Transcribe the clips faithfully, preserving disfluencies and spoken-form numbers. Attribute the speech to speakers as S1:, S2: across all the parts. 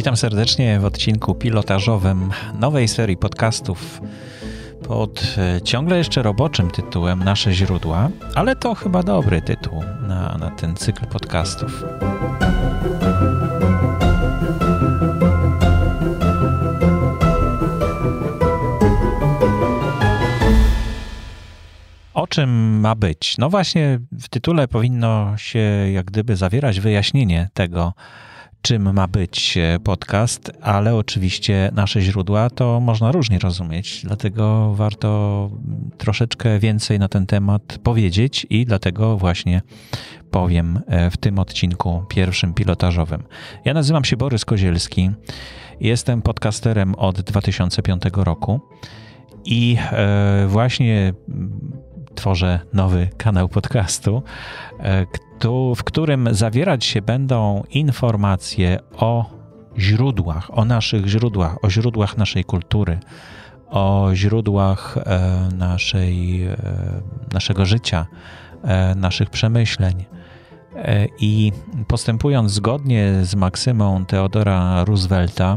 S1: Witam serdecznie w odcinku pilotażowym nowej serii podcastów pod ciągle jeszcze roboczym tytułem Nasze źródła, ale to chyba dobry tytuł na, na ten cykl podcastów. O czym ma być? No właśnie w tytule powinno się jak gdyby zawierać wyjaśnienie tego, czym ma być podcast, ale oczywiście nasze źródła to można różnie rozumieć, dlatego warto troszeczkę więcej na ten temat powiedzieć i dlatego właśnie powiem w tym odcinku pierwszym pilotażowym. Ja nazywam się Borys Kozielski, jestem podcasterem od dwa tysiące piątego roku i właśnie tworzę nowy kanał podcastu, w którym zawierać się będą informacje o źródłach, o naszych źródłach, o źródłach naszej kultury, o źródłach naszej, naszego życia, naszych przemyśleń. I postępując zgodnie z maksymą Theodora Roosevelta,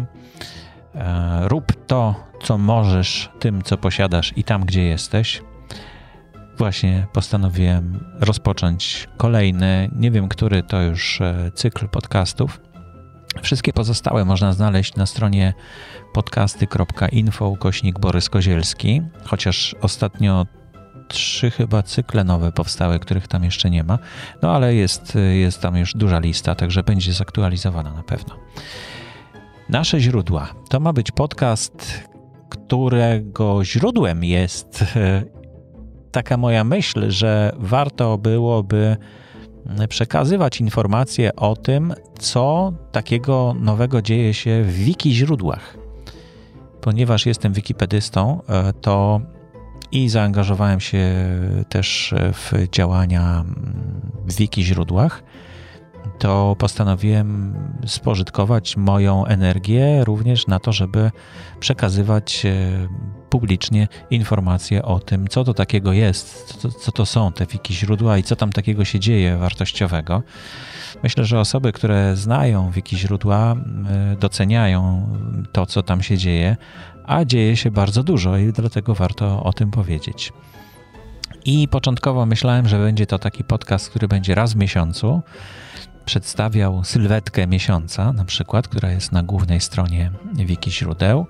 S1: rób to, co możesz, tym, co posiadasz i tam, gdzie jesteś. Właśnie postanowiłem rozpocząć kolejny, nie wiem, który to już cykl podcastów. Wszystkie pozostałe można znaleźć na stronie podcasty kropka info ukośnik Borys Kozielski, chociaż ostatnio trzy chyba cykle nowe powstały, których tam jeszcze nie ma, no ale jest, jest tam już duża lista, także będzie zaktualizowana na pewno. Nasze źródła. To ma być podcast, którego źródłem jest taka moja myśl, że warto byłoby przekazywać informacje o tym, co takiego nowego dzieje się w wiki źródłach. Ponieważ jestem wikipedystą, to i zaangażowałem się też w działania w wiki źródłach, to postanowiłem spożytkować moją energię również na to, żeby przekazywać publicznie informacje o tym, co to takiego jest, co, co to są te wiki źródła i co tam takiego się dzieje wartościowego. Myślę, że osoby, które znają wiki źródła, doceniają to, co tam się dzieje, a dzieje się bardzo dużo i dlatego warto o tym powiedzieć. I początkowo myślałem, że będzie to taki podcast, który będzie raz w miesiącu, przedstawiał sylwetkę miesiąca, na przykład, która jest na głównej stronie wiki źródeł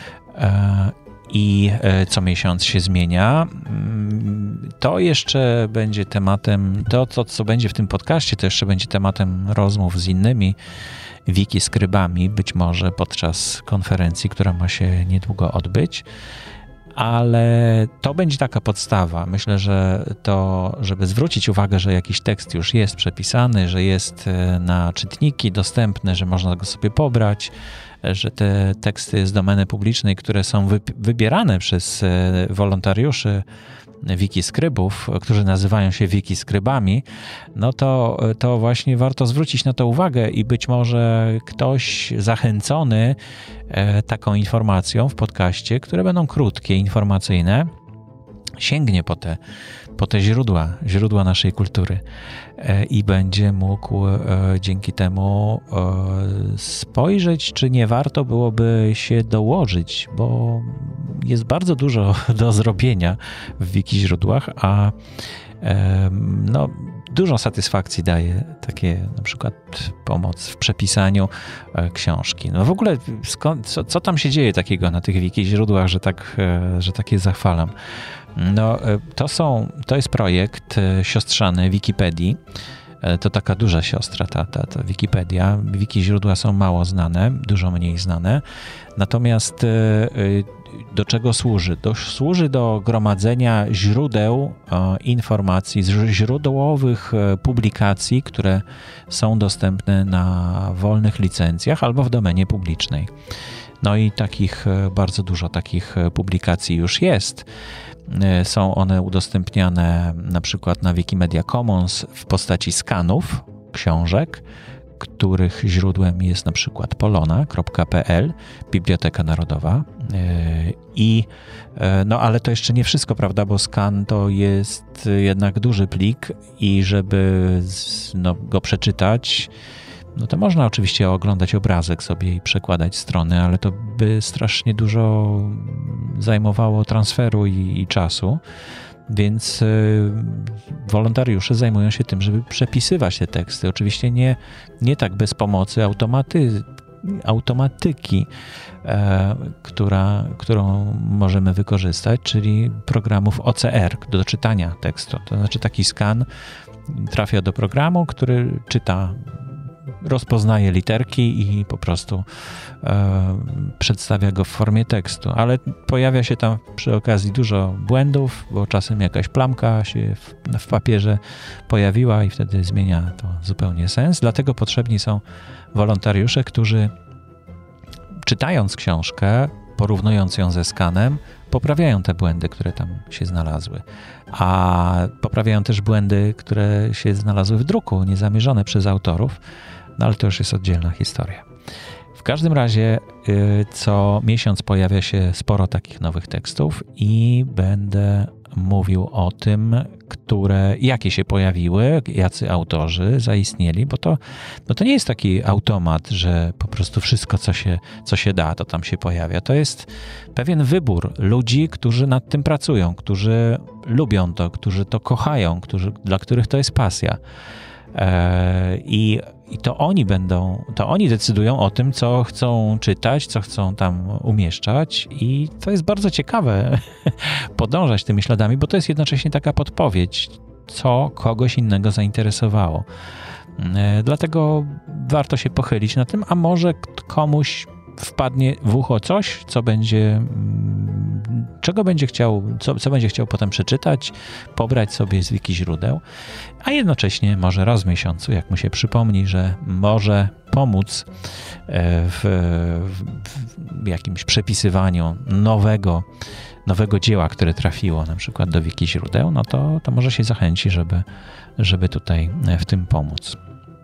S1: i co miesiąc się zmienia. To jeszcze będzie tematem, to, to co będzie w tym podcaście, to jeszcze będzie tematem rozmów z innymi wikiskrybami, być może podczas konferencji, która ma się niedługo odbyć. Ale to będzie taka podstawa. Myślę, że to, żeby zwrócić uwagę, że jakiś tekst już jest przepisany, że jest na czytniki dostępny, że można go sobie pobrać, że te teksty z domeny publicznej, które są wybierane przez wolontariuszy wikiskrybów, którzy nazywają się wikiskrybami, no to, to właśnie warto zwrócić na to uwagę i być może ktoś zachęcony taką informacją w podcaście, które będą krótkie, informacyjne, sięgnie po te, po te źródła, źródła naszej kultury i będzie mógł dzięki temu spojrzeć, czy nie warto byłoby się dołożyć, bo jest bardzo dużo do zrobienia w wiki źródłach, a no, dużą satysfakcji daje takie na przykład pomoc w przepisaniu książki. No w ogóle skąd, co, co tam się dzieje takiego na tych wiki źródłach, że tak, że tak je zachwalam? No, to są, to jest projekt siostrzany Wikipedii. To taka duża siostra, ta, ta, ta Wikipedia. Wiki źródła są mało znane, dużo mniej znane. Natomiast do czego służy? Do, służy do gromadzenia źródeł informacji, źródłowych publikacji, które są dostępne na wolnych licencjach albo w domenie publicznej. No i takich, bardzo dużo takich publikacji już jest. Są one udostępniane na przykład na Wikimedia Commons w postaci skanów książek, których źródłem jest na przykład polona kropka p l, Biblioteka Narodowa. I, no ale to jeszcze nie wszystko, prawda, bo skan to jest jednak duży plik i żeby no, go przeczytać, no to można oczywiście oglądać obrazek sobie i przekładać strony, ale to by strasznie dużo zajmowało transferu i, i czasu, więc y, wolontariusze zajmują się tym, żeby przepisywać te teksty. Oczywiście nie, nie tak bez pomocy automaty, automatyki, e, która, którą możemy wykorzystać, czyli programów O C R do czytania tekstu. To znaczy taki skan trafia do programu, który czyta, rozpoznaje literki i po prostu e, przedstawia go w formie tekstu. Ale pojawia się tam przy okazji dużo błędów, bo czasem jakaś plamka się w, w papierze pojawiła i wtedy zmienia to zupełnie sens. Dlatego potrzebni są wolontariusze, którzy czytając książkę, porównując ją ze skanem, poprawiają te błędy, które tam się znalazły. A poprawiają też błędy, które się znalazły w druku, niezamierzone przez autorów, no ale to już jest oddzielna historia. W każdym razie co miesiąc pojawia się sporo takich nowych tekstów i będę mówił o tym, które, jakie się pojawiły, jacy autorzy zaistnieli, bo to, no to nie jest taki automat, że po prostu wszystko, co się, co się da, to tam się pojawia. To jest pewien wybór ludzi, którzy nad tym pracują, którzy lubią to, którzy to kochają, którzy, dla których to jest pasja. I, I to oni będą, to oni decydują o tym, co chcą czytać, co chcą tam umieszczać i to jest bardzo ciekawe podążać tymi śladami, bo to jest jednocześnie taka podpowiedź, co kogoś innego zainteresowało. Dlatego warto się pochylić na tym, a może komuś wpadnie w ucho coś, co będzie, czego będzie chciał, co, co będzie chciał potem przeczytać, pobrać sobie z wiki źródeł, a jednocześnie może raz w miesiącu, jak mu się przypomni, że może pomóc w, w, w jakimś przepisywaniu nowego, nowego dzieła, które trafiło na przykład do wiki źródeł, no to, to może się zachęci, żeby, żeby tutaj w tym pomóc.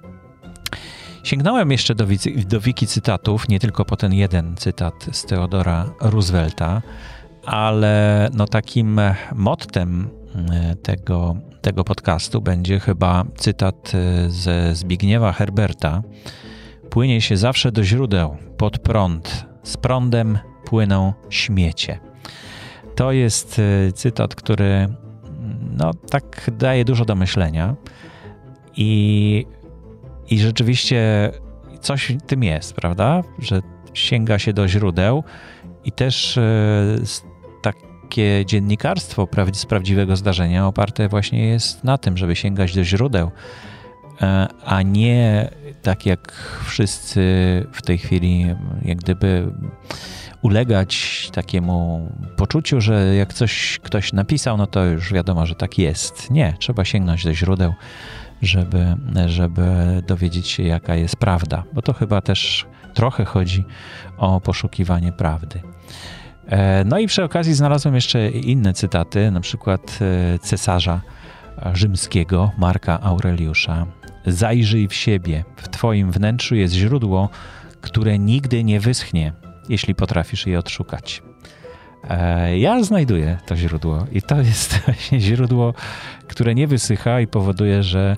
S1: Sięgnąłem jeszcze do, do wiki cytatów, nie tylko po ten jeden cytat z Theodora Roosevelta, ale no takim mottem tego, tego podcastu będzie chyba cytat ze Zbigniewa Herberta. Płynie się zawsze do źródeł, pod prąd, z prądem płyną śmiecie. To jest cytat, który no tak daje dużo do myślenia i I rzeczywiście coś w tym jest, prawda? Że sięga się do źródeł i też takie dziennikarstwo z prawdziwego zdarzenia oparte właśnie jest na tym, żeby sięgać do źródeł, a nie tak jak wszyscy w tej chwili jak gdyby ulegać takiemu poczuciu, że jak coś ktoś napisał, no to już wiadomo, że tak jest. Nie, trzeba sięgnąć do źródeł, żeby, żeby dowiedzieć się, jaka jest prawda, bo to chyba też trochę chodzi o poszukiwanie prawdy. No i przy okazji znalazłem jeszcze inne cytaty, na przykład cesarza rzymskiego Marka Aureliusza. Zajrzyj w siebie, w twoim wnętrzu jest źródło, które nigdy nie wyschnie, jeśli potrafisz je odszukać. Ja znajduję to źródło i to jest właśnie źródło, które nie wysycha i powoduje, że,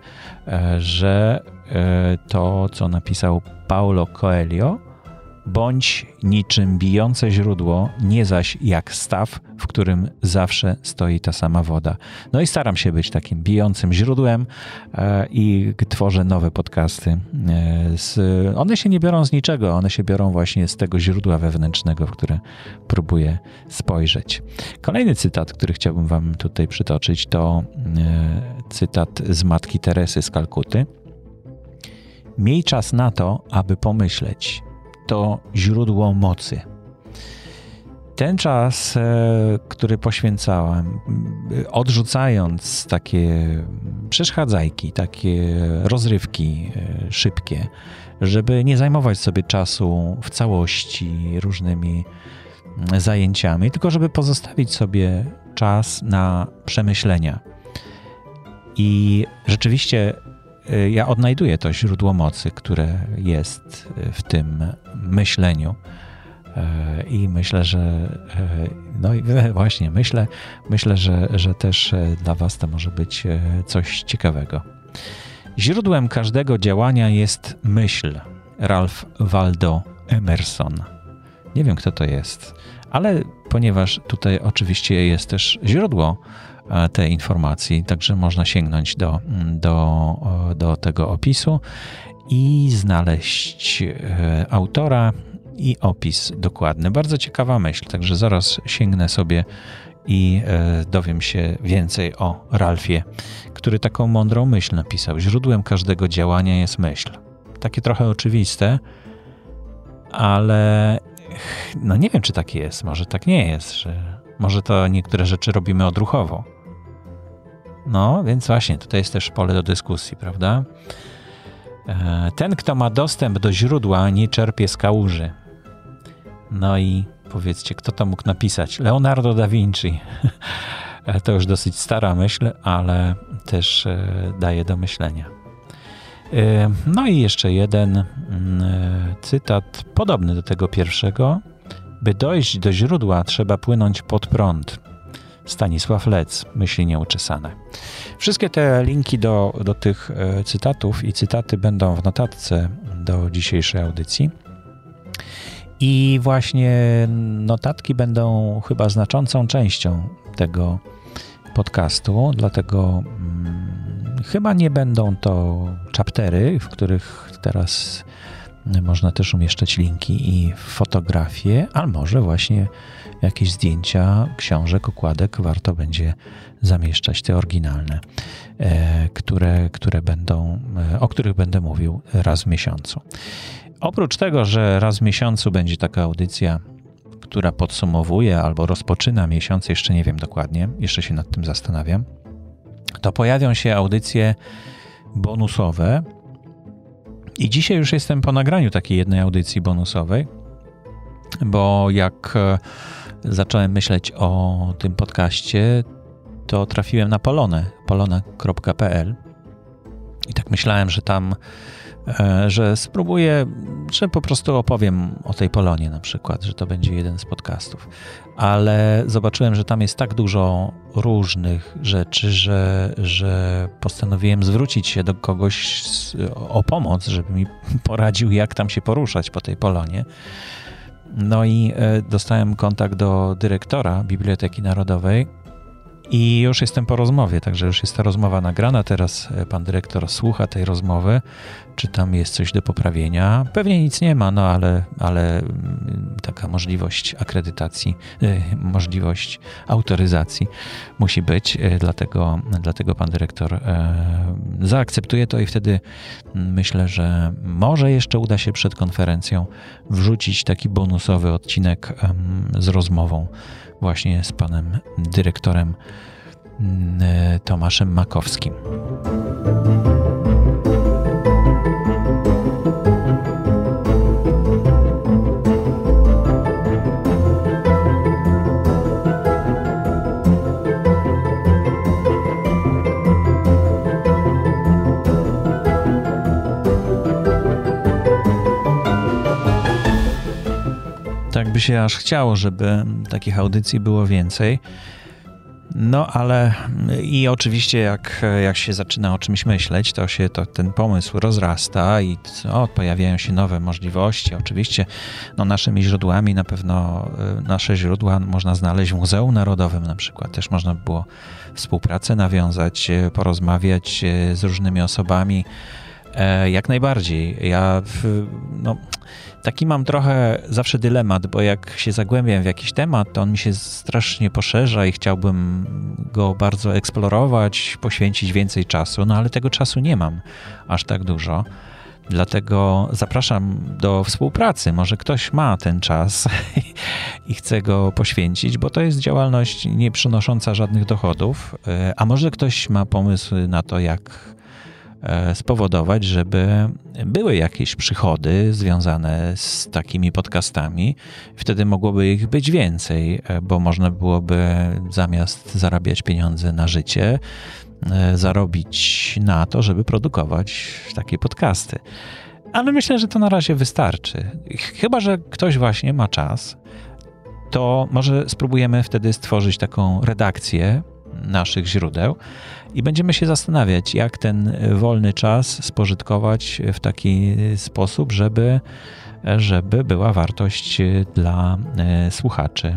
S1: że to, co napisał Paulo Coelho, bądź niczym bijące źródło, nie zaś jak staw, w którym zawsze stoi ta sama woda. No i staram się być takim bijącym źródłem i tworzę nowe podcasty. Z, one się nie biorą z niczego, one się biorą właśnie z tego źródła wewnętrznego, w które próbuję spojrzeć. Kolejny cytat, który chciałbym wam tutaj przytoczyć, to cytat z Matki Teresy z Kalkuty. Miej czas na to, aby pomyśleć. To źródło mocy. Ten czas, który poświęcałem, odrzucając takie przeszkadzajki, takie rozrywki szybkie, żeby nie zajmować sobie czasu w całości różnymi zajęciami, tylko żeby pozostawić sobie czas na przemyślenia. I rzeczywiście ja odnajduję to źródło mocy, które jest w tym myśleniu i myślę, że no i właśnie myślę, myślę, że, że też dla was to może być coś ciekawego. Źródłem każdego działania jest myśl. Ralph Waldo Emerson. Nie wiem, kto to jest, ale ponieważ tutaj oczywiście jest też źródło tej informacji, także można sięgnąć do, do, do tego opisu i znaleźć autora i opis dokładny. Bardzo ciekawa myśl, także zaraz sięgnę sobie i dowiem się więcej o Ralphie, który taką mądrą myśl napisał. Źródłem każdego działania jest myśl. Takie trochę oczywiste, ale no nie wiem, czy tak jest. Może tak nie jest, że może to niektóre rzeczy robimy odruchowo. No, więc właśnie, tutaj jest też pole do dyskusji, prawda? Ten, kto ma dostęp do źródła, nie czerpie z kałuży. No i powiedzcie, kto to mógł napisać? Leonardo da Vinci. To już dosyć stara myśl, ale też daje do myślenia. No i jeszcze jeden cytat podobny do tego pierwszego. By dojść do źródła, trzeba płynąć pod prąd. Stanisław Lec, myśli nieuczesane. Wszystkie te linki do, do tych cytatów i cytaty będą w notatce do dzisiejszej audycji. I właśnie notatki będą chyba znaczącą częścią tego podcastu, dlatego hmm, chyba nie będą to chaptery, w których teraz można też umieszczać linki i fotografie, ale może właśnie jakieś zdjęcia książek, okładek warto będzie zamieszczać, te oryginalne, e, które, które będą, e, o których będę mówił raz w miesiącu. Oprócz tego, że raz w miesiącu będzie taka audycja, która podsumowuje albo rozpoczyna miesiąc, jeszcze nie wiem dokładnie, jeszcze się nad tym zastanawiam, to pojawią się audycje bonusowe i dzisiaj już jestem po nagraniu takiej jednej audycji bonusowej, bo jak zacząłem myśleć o tym podcaście, to trafiłem na Polonę, polona kropka pe el i tak myślałem, że tam że spróbuję, że po prostu opowiem o tej Polonie na przykład, że to będzie jeden z podcastów. Ale zobaczyłem, że tam jest tak dużo różnych rzeczy, że, że postanowiłem zwrócić się do kogoś z, o pomoc, żeby mi poradził, jak tam się poruszać po tej Polonie. No i dostałem kontakt do dyrektora Biblioteki Narodowej i już jestem po rozmowie, także już jest ta rozmowa nagrana. Teraz pan dyrektor słucha tej rozmowy, czy tam jest coś do poprawienia. Pewnie nic nie ma, no ale, ale taka możliwość akredytacji, możliwość autoryzacji musi być, dlatego, dlatego pan dyrektor zaakceptuje to i wtedy myślę, że może jeszcze uda się przed konferencją wrzucić taki bonusowy odcinek z rozmową właśnie z panem dyrektorem Tomaszem Makowskim. Tak by się aż chciało, żeby takich audycji było więcej. No ale i oczywiście jak, jak się zaczyna o czymś myśleć, to się to, ten pomysł rozrasta i o, pojawiają się nowe możliwości. Oczywiście no, naszymi źródłami na pewno nasze źródła można znaleźć w Muzeum Narodowym na przykład. Też można by było współpracę nawiązać, porozmawiać z różnymi osobami. Jak najbardziej. Ja no, taki mam trochę zawsze dylemat, bo jak się zagłębiam w jakiś temat, to on mi się strasznie poszerza i chciałbym go bardzo eksplorować, poświęcić więcej czasu, no ale tego czasu nie mam aż tak dużo. Dlatego zapraszam do współpracy. Może ktoś ma ten czas i chce go poświęcić, bo to jest działalność nie przynosząca żadnych dochodów, a może ktoś ma pomysł na to, jak spowodować, żeby były jakieś przychody związane z takimi podcastami. Wtedy mogłoby ich być więcej, bo można byłoby zamiast zarabiać pieniądze na życie, zarobić na to, żeby produkować takie podcasty. Ale myślę, że to na razie wystarczy. Chyba że ktoś właśnie ma czas, to może spróbujemy wtedy stworzyć taką redakcję naszych źródeł i będziemy się zastanawiać, jak ten wolny czas spożytkować w taki sposób, żeby, żeby była wartość dla słuchaczy.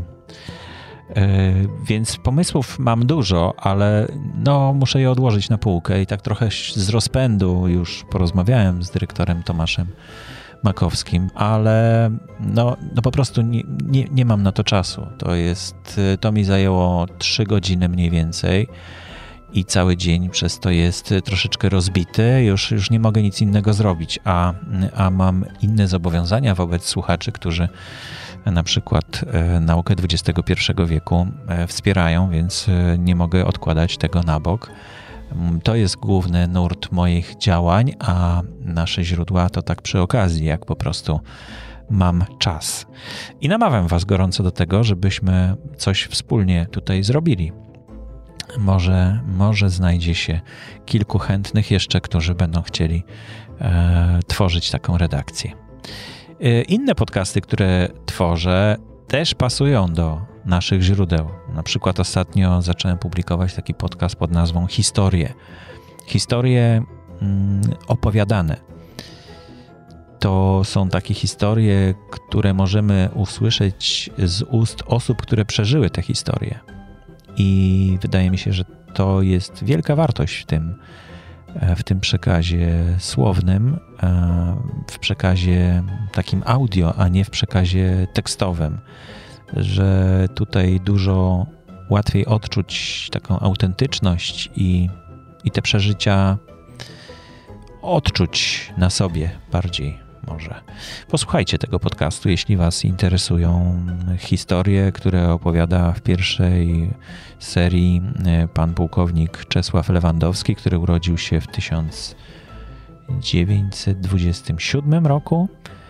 S1: Więc pomysłów mam dużo, ale no, muszę je odłożyć na półkę i tak trochę z rozpędu już porozmawiałem z dyrektorem Tomaszem Makowskim, ale no, no po prostu nie, nie, nie mam na to czasu. To jest, to mi zajęło trzy godziny mniej więcej i cały dzień przez to jest troszeczkę rozbity. Już, już nie mogę nic innego zrobić, a, a mam inne zobowiązania wobec słuchaczy, którzy na przykład naukę dwudziestego pierwszego wieku wspierają, więc nie mogę odkładać tego na bok. To jest główny nurt moich działań, a nasze źródła to tak przy okazji, jak po prostu mam czas. I namawiam was gorąco do tego, żebyśmy coś wspólnie tutaj zrobili. Może, może znajdzie się kilku chętnych jeszcze, którzy będą chcieli e, tworzyć taką redakcję. E, inne podcasty, które tworzę, też pasują do naszych źródeł. Na przykład ostatnio zacząłem publikować taki podcast pod nazwą Historie. Historie mm, opowiadane. To są takie historie, które możemy usłyszeć z ust osób, które przeżyły te historie. I wydaje mi się, że to jest wielka wartość w tym, w tym przekazie słownym, w przekazie takim audio, a nie w przekazie tekstowym. Że tutaj dużo łatwiej odczuć taką autentyczność i, i te przeżycia odczuć na sobie bardziej może. Posłuchajcie tego podcastu, jeśli was interesują historie, które opowiada w pierwszej serii pan pułkownik Czesław Lewandowski, który urodził się w tysiąc dziewięćset dwudziestym siódmym roku.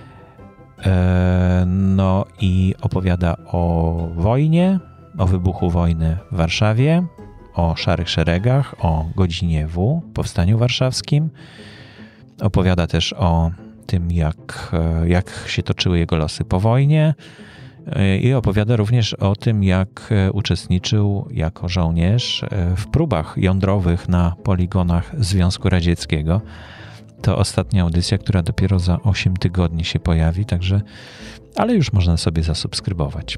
S1: No i opowiada o wojnie, o wybuchu wojny w Warszawie, o Szarych Szeregach, o godzinie W, powstaniu warszawskim. Opowiada też o tym, jak, jak się toczyły jego losy po wojnie i opowiada również o tym, jak uczestniczył jako żołnierz w próbach jądrowych na poligonach Związku Radzieckiego. To ostatnia audycja, która dopiero za osiem tygodni się pojawi, także, ale już można sobie zasubskrybować.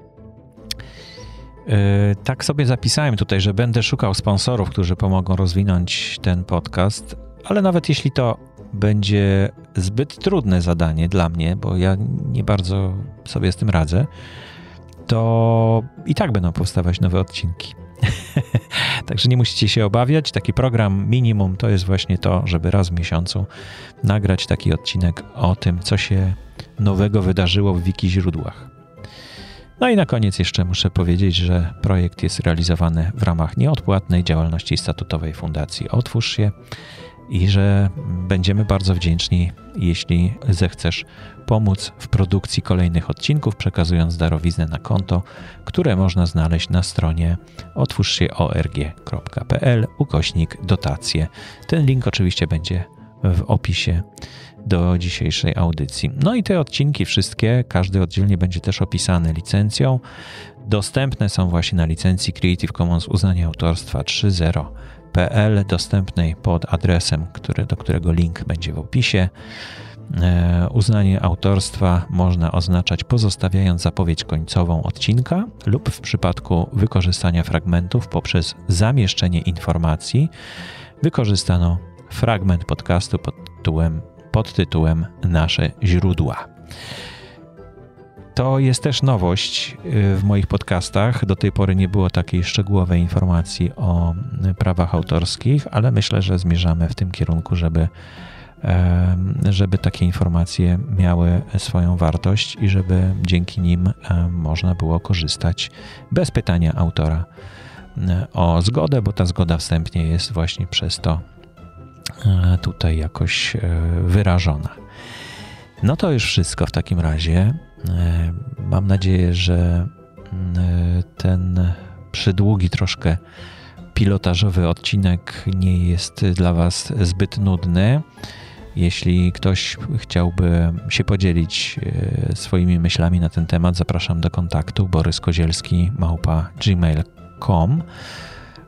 S1: Yy, tak sobie zapisałem tutaj, że będę szukał sponsorów, którzy pomogą rozwinąć ten podcast, ale nawet jeśli to będzie zbyt trudne zadanie dla mnie, bo ja nie bardzo sobie z tym radzę, to i tak będą powstawać nowe odcinki. Także nie musicie się obawiać. Taki program minimum to jest właśnie to, żeby raz w miesiącu nagrać taki odcinek o tym, co się nowego wydarzyło w Wiki źródłach. No i na koniec jeszcze muszę powiedzieć, że projekt jest realizowany w ramach nieodpłatnej działalności statutowej Fundacji Otwórz się i że będziemy bardzo wdzięczni, jeśli zechcesz pomóc w produkcji kolejnych odcinków, przekazując darowiznę na konto, które można znaleźć na stronie otwórz się kropka org kropka pl ukośnik dotacje. Ten link oczywiście będzie w opisie do dzisiejszej audycji. No i te odcinki wszystkie, każdy oddzielnie będzie też opisany licencją. Dostępne są właśnie na licencji Creative Commons uznanie autorstwa trzy zero kropka p l, dostępnej pod adresem, który, do którego link będzie w opisie. E, uznanie autorstwa można oznaczać pozostawiając zapowiedź końcową odcinka lub w przypadku wykorzystania fragmentów poprzez zamieszczenie informacji wykorzystano fragment podcastu pod tytułem, pod tytułem Nasze źródła. To jest też nowość w moich podcastach. Do tej pory nie było takiej szczegółowej informacji o prawach autorskich, ale myślę, że zmierzamy w tym kierunku, żeby, żeby takie informacje miały swoją wartość i żeby dzięki nim można było korzystać bez pytania autora o zgodę, bo ta zgoda wstępnie jest właśnie przez to tutaj jakoś wyrażona. No to już wszystko w takim razie. Mam nadzieję, że ten przydługi troszkę pilotażowy odcinek nie jest dla was zbyt nudny. Jeśli ktoś chciałby się podzielić swoimi myślami na ten temat, zapraszam do kontaktu borys kozielski małpa gmail kropka com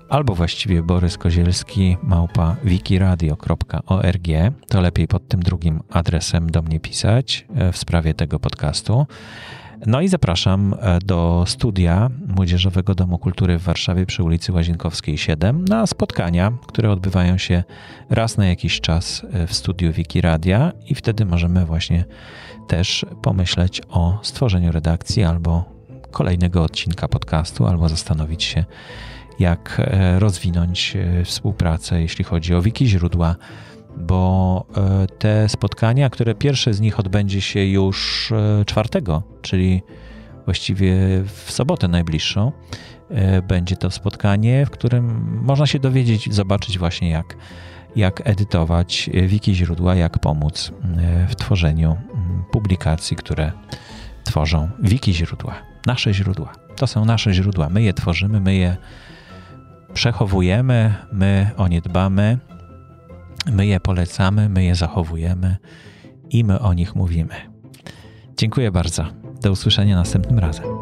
S1: albo właściwie Borys Kozielski małpa wikiradio kropka org. To lepiej pod tym drugim adresem do mnie pisać w sprawie tego podcastu. No i zapraszam do studia Młodzieżowego Domu Kultury w Warszawie przy ulicy Łazienkowskiej siedem na spotkania, które odbywają się raz na jakiś czas w studiu Wikiradia i wtedy możemy właśnie też pomyśleć o stworzeniu redakcji albo kolejnego odcinka podcastu, albo zastanowić się, jak rozwinąć współpracę, jeśli chodzi o wiki źródła, bo te spotkania, które pierwsze z nich odbędzie się już czwartego, czyli właściwie w sobotę najbliższą, będzie to spotkanie, w którym można się dowiedzieć, zobaczyć właśnie jak, jak edytować wiki źródła, jak pomóc w tworzeniu publikacji, które tworzą wiki źródła, nasze źródła. To są nasze źródła, my je tworzymy, my je przechowujemy, my o nie dbamy, my je polecamy, my je zachowujemy i my o nich mówimy. Dziękuję bardzo. Do usłyszenia następnym razem.